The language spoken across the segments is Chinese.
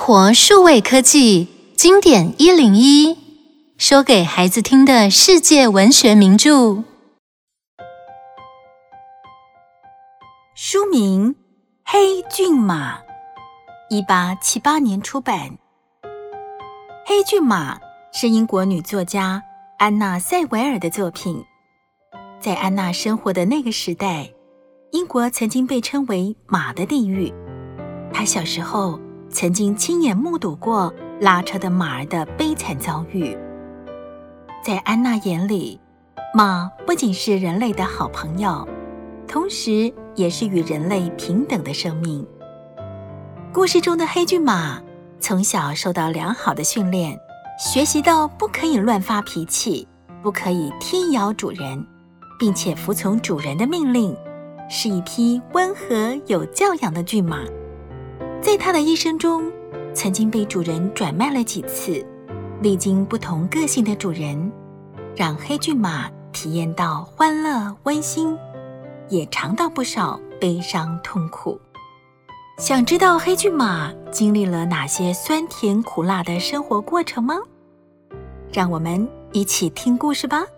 活数位科技经典101，说给孩子听的世界文学名著。 书名《黑骏马》，1878年出版。黑骏马是英国女作家安娜·塞维尔的作品。在安娜生活的那个时代，英国曾经被称为马的地狱。她小时候曾经亲眼目睹过拉车的马儿的悲惨遭遇。在安娜眼里，马不仅是人类的好朋友，同时也是与人类平等的生命。故事中的黑骏马从小受到良好的训练，学习到不可以乱发脾气，不可以踢咬主人，并且服从主人的命令，是一匹温和有教养的骏马。在它的一生中，曾经被主人转卖了几次，历经不同个性的主人，让黑骏马体验到欢乐温馨，也尝到不少悲伤痛苦。想知道黑骏马经历了哪些酸甜苦辣的生活过程吗？让我们一起听故事吧。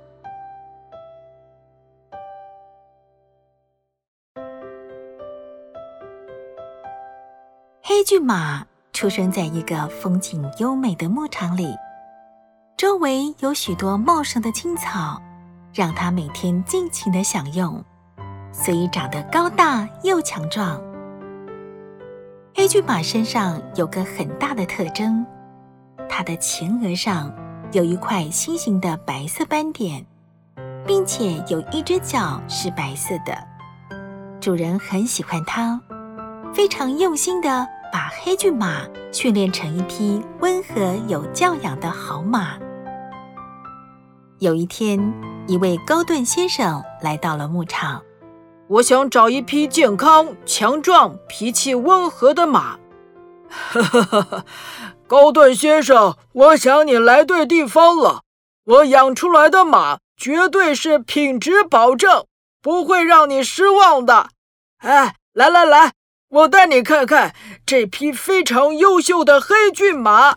黑骏马出生在一个风景优美的牧场里，周围有许多茂盛的青草，让它每天尽情地享用，所以长得高大又强壮。黑骏马身上有个很大的特征，它的前额上有一块心形的白色斑点，并且有一只脚是白色的。主人很喜欢它，非常用心地把黑骏马训练成一匹温和有教养的好马。有一天，一位高顿先生来到了牧场。 我想找一匹健康、强壮、脾气温和的马。高顿先生，我想你来对地方了。我养出来的马绝对是品质保证，不会让你失望的。哎，来，我带你看看这匹非常优秀的黑骏马。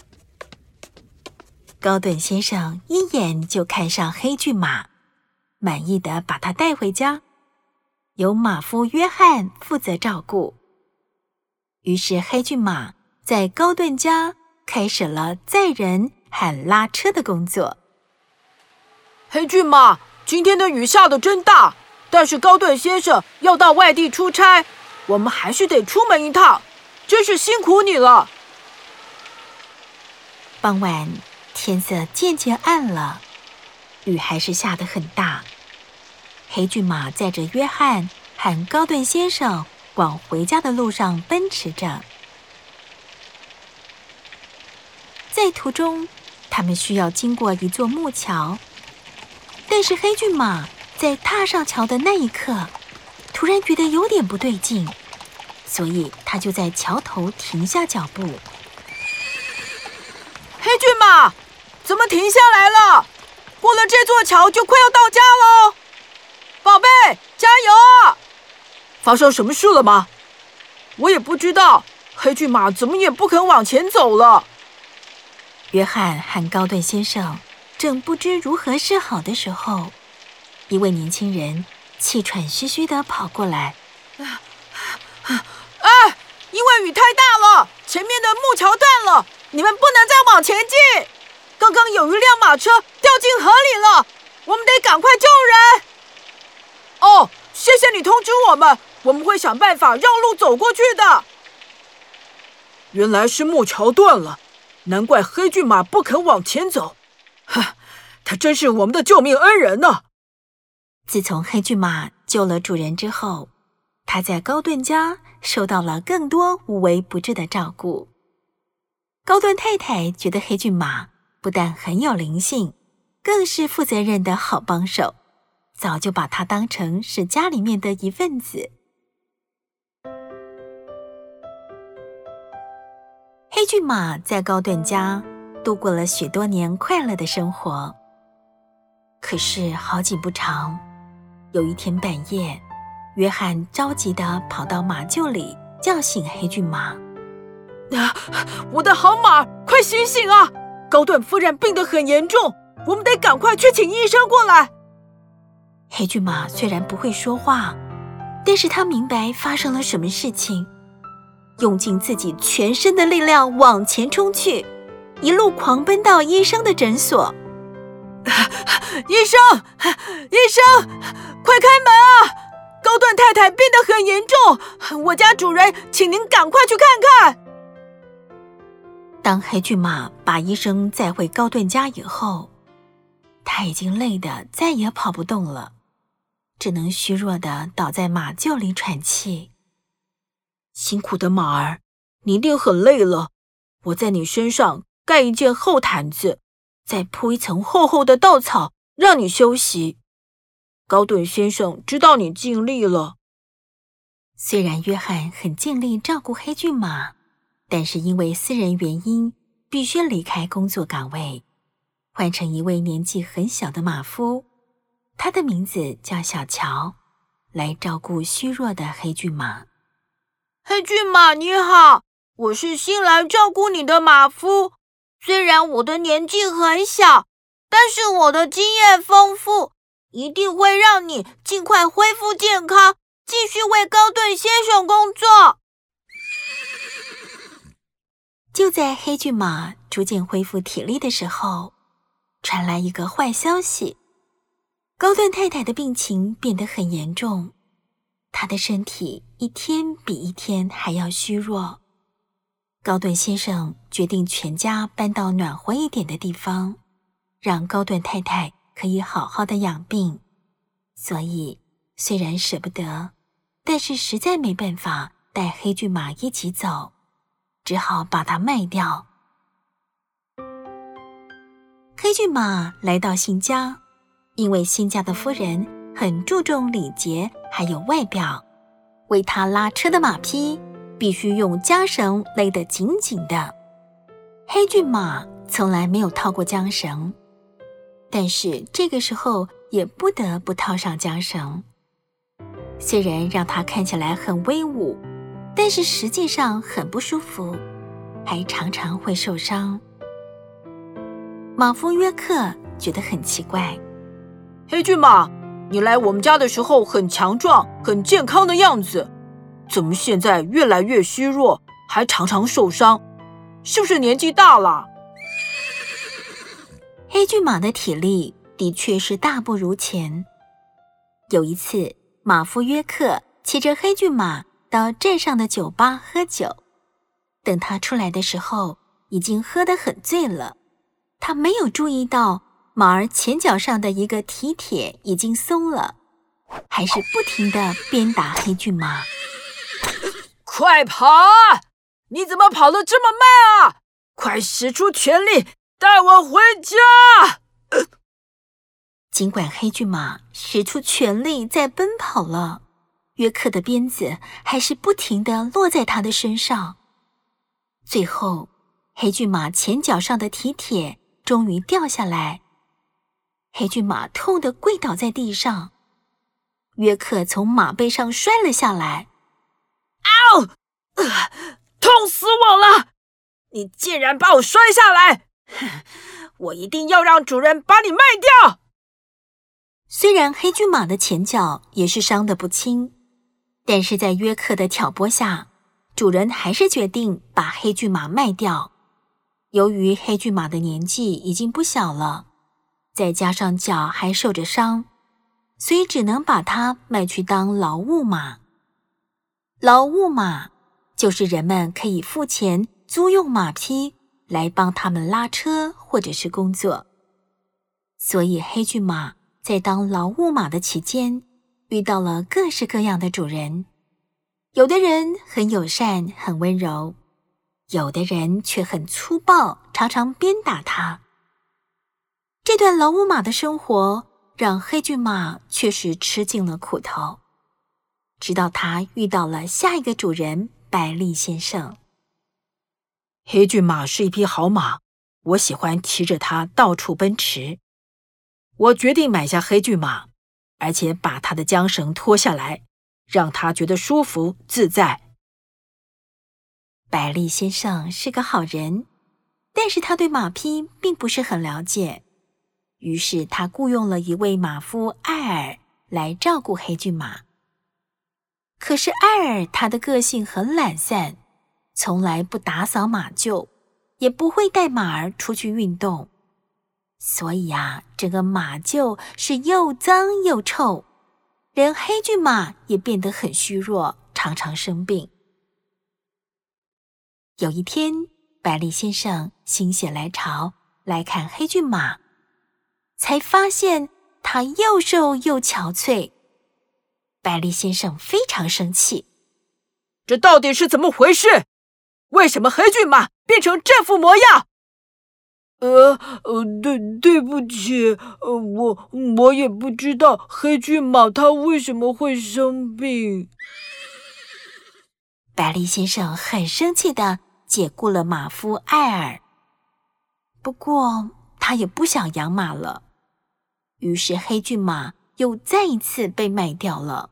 高顿先生一眼就看上黑骏马，满意地把它带回家，由马夫约翰负责照顾。于是黑骏马在高顿家开始了载人和拉车的工作。 黑骏马，今天的雨下得真大，但是高顿先生要到外地出差，我们还是得出门一趟，真是辛苦你了。 傍晚，天色渐渐暗了，雨还是下得很大。黑骏马载着约翰和高顿先生往回家的路上奔驰着。在途中，他们需要经过一座木桥，但是黑骏马在踏上桥的那一刻，突然觉得有点不对劲，所以他就在桥头停下脚步。 黑骏马，怎么停下来了？过了这座桥就快要到家喽！宝贝，加油啊！发生什么事了吗？我也不知道，黑骏马怎么也不肯往前走了。 约翰和高顿先生正不知如何是好的时候，一位年轻人气喘吁吁地跑过来。 因为雨太大了，前面的木桥断了，你们不能再往前进。刚刚有一辆马车掉进河里了，我们得赶快救人。哦，谢谢你通知我们，我们会想办法让路走过去的。原来是木桥断了，难怪黑骏马不肯往前走。他真是我们的救命恩人呢。 自从黑骏马救了主人之后，他在高顿家受到了更多无微不至的照顾。高顿太太觉得黑骏马不但很有灵性，更是负责任的好帮手，早就把它当成是家里面的一份子。黑骏马在高顿家度过了许多年快乐的生活。可是好景不长，有一天半夜，约翰着急地跑到马厩里叫醒黑骏马。 我的好马，快醒醒啊！高顿夫人病得很严重，我们得赶快去请医生过来。 黑骏马虽然不会说话，但是他明白发生了什么事情，用尽自己全身的力量往前冲去，一路狂奔到医生的诊所。 医生，快开门啊！高顿太太病得很严重，我家主人，请您赶快去看看。 当黑骏马把医生载回高顿家以后，他已经累得再也跑不动了，只能虚弱地倒在马厩里喘气。 辛苦的马儿，你一定很累了，我在你身上盖一件厚毯子，再铺一层厚厚的稻草，让你休息。高顿先生知道你尽力了。 虽然约翰很尽力照顾黑骏马，但是因为私人原因，必须离开工作岗位，换成一位年纪很小的马夫，他的名字叫小乔，来照顾虚弱的黑骏马。 黑骏马你好，我是新来照顾你的马夫。虽然我的年纪很小，但是我的经验丰富，一定会让你尽快恢复健康，继续为高顿先生工作。 就在黑骏马逐渐恢复体力的时候，传来一个坏消息。高顿太太的病情变得很严重，她的身体一天比一天还要虚弱。高顿先生决定全家搬到暖和一点的地方，让高顿太太可以好好的养病。所以虽然舍不得，但是实在没办法带黑骏马一起走，只好把它卖掉。黑骏马来到新家，因为新家的夫人很注重礼节还有外表，为他拉车的马匹必须用缰绳勒得紧紧的。黑骏马从来没有套过缰绳，但是这个时候也不得不套上缰绳。虽然让它看起来很威武，但是实际上很不舒服，还常常会受伤。马夫约克觉得很奇怪， 黑骏马，你来我们家的时候很强壮、很健康的样子，怎么现在越来越虚弱，还常常受伤？是不是年纪大了？ 黑骏马的体力的确是大不如前。有一次，马夫约克骑着黑骏马到镇上的酒吧喝酒，等他出来的时候，已经喝得很醉了。他没有注意到马儿前脚上的一个蹄铁已经松了，还是不停地鞭打黑骏马。 快跑啊！你怎么跑得这么慢啊？快使出全力带我回家！ 尽管黑骏马使出全力在奔跑了，约克的鞭子还是不停地落在他的身上。最后，黑骏马前脚上的蹄铁终于掉下来，黑骏马痛得跪倒在地上。约克从马背上摔了下来。 嗷！痛死我了！你竟然把我摔下来！我一定要让主人把你卖掉！ 虽然黑骏马的前脚也是伤得不轻，但是在约克的挑拨下，主人还是决定把黑骏马卖掉。由于黑骏马的年纪已经不小了，再加上脚还受着伤，所以只能把它卖去当劳务马。劳务马就是人们可以付钱租用马匹来帮他们拉车或者是工作。所以黑骏马在当劳务马的期间，遇到了各式各样的主人。有的人很友善很温柔，有的人却很粗暴，常常鞭打他。这段劳务马的生活让黑骏马确实吃尽了苦头，直到他遇到了下一个主人百利先生。 黑骏马是一匹好马，我喜欢骑着它到处奔驰。我决定买下黑骏马，而且把它的缰绳脱下来，让它觉得舒服自在。 百利先生是个好人，但是他对马匹并不是很了解，于是他雇佣了一位马夫艾尔来照顾黑骏马。可是艾尔他的个性很懒散，从来不打扫马厩，也不会带马儿出去运动，所以整个马厩是又脏又臭，连黑骏马也变得很虚弱，常常生病。有一天，百利先生心血来潮来看黑骏马，才发现它又瘦又憔悴。百利先生非常生气， 这到底是怎么回事？为什么黑骏马变成这副模样？对不起，我也不知道黑骏马它为什么会生病。 百利先生很生气地解雇了马夫艾尔，不过他也不想养马了，于是黑骏马又再一次被卖掉了。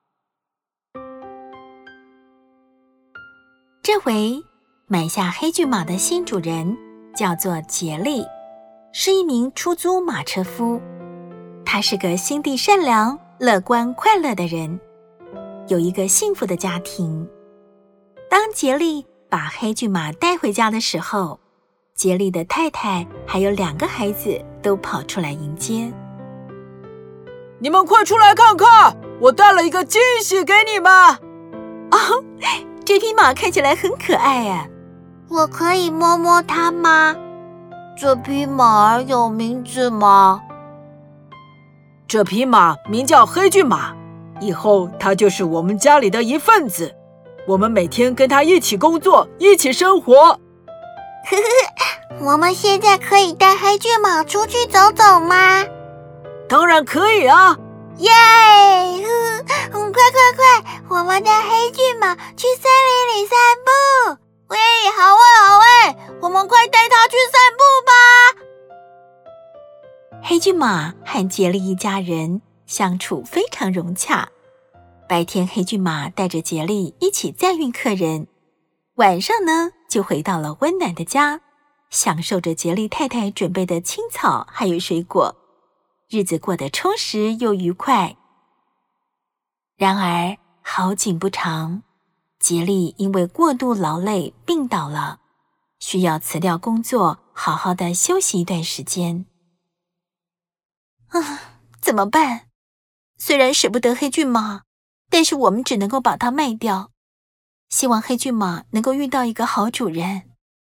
这回买下黑骏马的新主人叫做杰利，是一名出租马车夫。他是个心地善良、乐观快乐的人，有一个幸福的家庭。当杰利把黑骏马带回家的时候，杰利的太太还有2个孩子都跑出来迎接。 你们快出来看看，我带了一个惊喜给你们！ 这匹马看起来很可爱啊。 我可以摸摸它吗？这匹马儿有名字吗？ 这匹马名叫黑骏马，以后它就是我们家里的一份子。我们每天跟它一起工作，一起生活。 我们现在可以带黑骏马出去走走吗？ 当然可以啊！ 耶！快！我们带黑骏马去森林里散步。喂，好哎，我们快带它去散步吧。 黑骏马和杰利一家人相处非常融洽。白天黑骏马带着杰利一起载运客人，晚上呢就回到了温暖的家，享受着杰利太太准备的青草还有水果，日子过得充实又愉快。然而好景不长，杰利因为过度劳累病倒了，需要辞掉工作，好好的休息一段时间。怎么办？虽然舍不得黑骏马，但是我们只能够把它卖掉，希望黑骏马能够遇到一个好主人。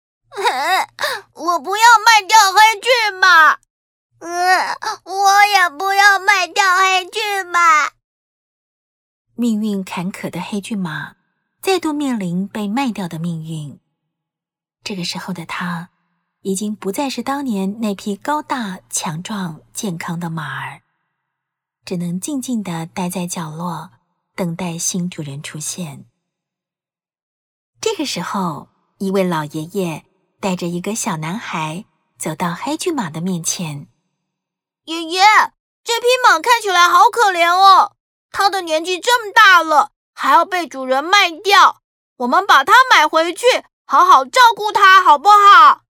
我不要卖掉黑骏马。我也不要卖掉黑骏马。 命运坎坷的黑骏马再度面临被卖掉的命运。这个时候的他已经不再是当年那匹高大、强壮、健康的马儿，只能静静地待在角落，等待新主人出现。这个时候，一位老爷爷带着一个小男孩走到黑骏马的面前。 爷爷，这匹马看起来好可怜哦，它的年纪这么大了，还要被主人卖掉。我们把它买回去，好好照顾它，好不好？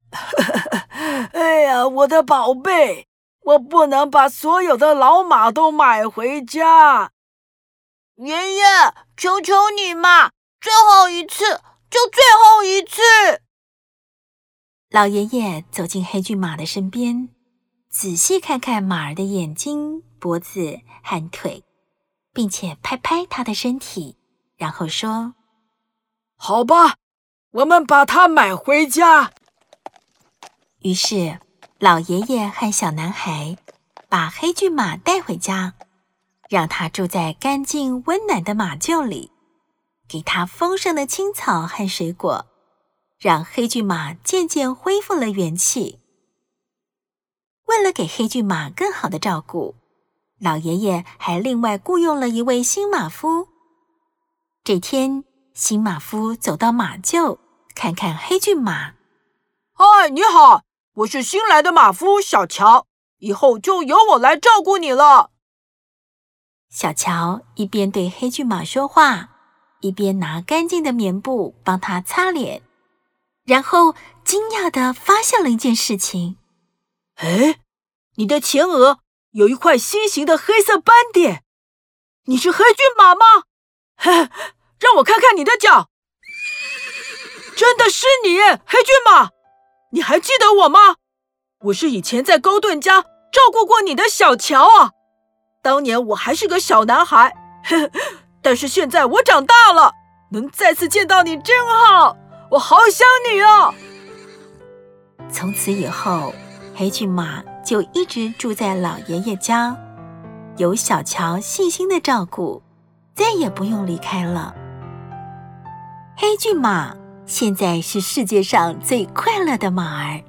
哎呀，我的宝贝，我不能把所有的老马都买回家。 爷爷，求求你嘛，最后一次，就最后一次。 老爷爷走进黑骏马的身边，仔细看看马儿的眼睛、脖子和腿，并且拍拍它的身体，然后说： 好吧，我们把它买回家。 于是老爷爷和小男孩把黑骏马带回家，让它住在干净温暖的马厩里，给它丰盛的青草和水果，让黑骏马渐渐恢复了元气。为了给黑骏马更好的照顾，老爷爷还另外雇佣了一位新马夫。这天，新马夫走到马厩，看看黑骏马。 嗨，你好，我是新来的马夫小乔，以后就由我来照顾你了。 小乔一边对黑骏马说话， 一边拿干净的棉布帮它擦脸，然后惊讶地发现了一件事情。 哎，你的前额有一块心形的黑色斑点，你是黑骏马吗？让我看看你的脚。真的是你，黑骏马！你还记得我吗？我是以前在高顿家照顾过你的小乔啊。当年我还是个小男孩，但是现在我长大了，能再次见到你真好，我好想你啊！ 从此以后，黑骏马就一直住在老爷爷家，有小乔细心的照顾，再也不用离开了。黑骏马现在是世界上最快乐的马儿。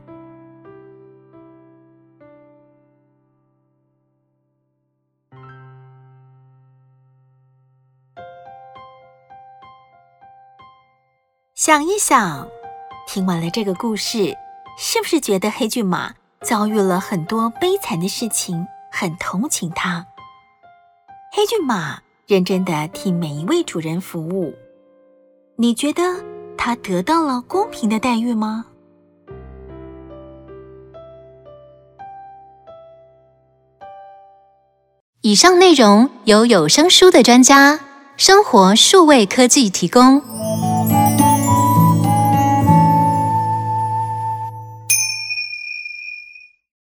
想一想，听完了这个故事，是不是觉得黑骏马遭遇了很多悲惨的事情，很同情他？黑骏马认真地替每一位主人服务，你觉得他得到了公平的待遇吗？ 以上内容由有声书的专家生活数位科技提供。